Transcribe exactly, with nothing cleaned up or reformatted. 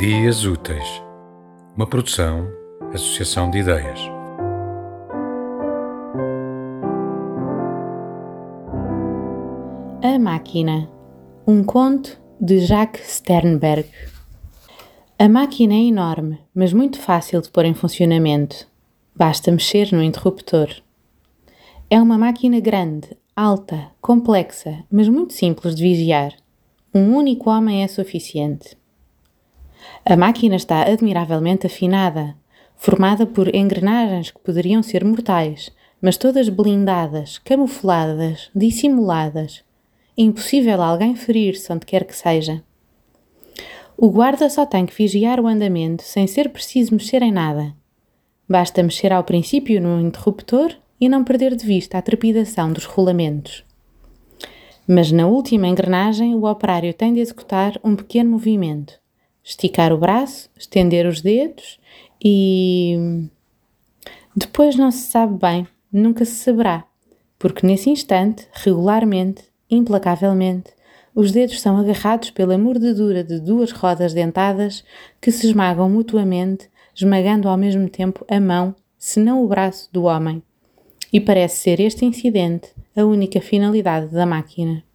Dias Úteis, uma produção, associação de ideias. A Máquina, um conto de Jacques Sternberg. A máquina é enorme, mas muito fácil de pôr em funcionamento. Basta mexer no interruptor. É uma máquina grande, alta, complexa, mas muito simples de vigiar. Um único homem é suficiente. A máquina está admiravelmente afinada, formada por engrenagens que poderiam ser mortais, mas todas blindadas, camufladas, dissimuladas. Impossível alguém ferir-se onde quer que seja. O guarda só tem que vigiar o andamento sem ser preciso mexer em nada. Basta mexer ao princípio no interruptor e não perder de vista a trepidação dos rolamentos. Mas na última engrenagem o operário tem de executar um pequeno movimento. Esticar o braço, estender os dedos e... Depois não se sabe bem, nunca se saberá, porque nesse instante, regularmente, implacavelmente, os dedos são agarrados pela mordedura de duas rodas dentadas que se esmagam mutuamente, esmagando ao mesmo tempo a mão, se não o braço, do homem. E parece ser este incidente a única finalidade da máquina.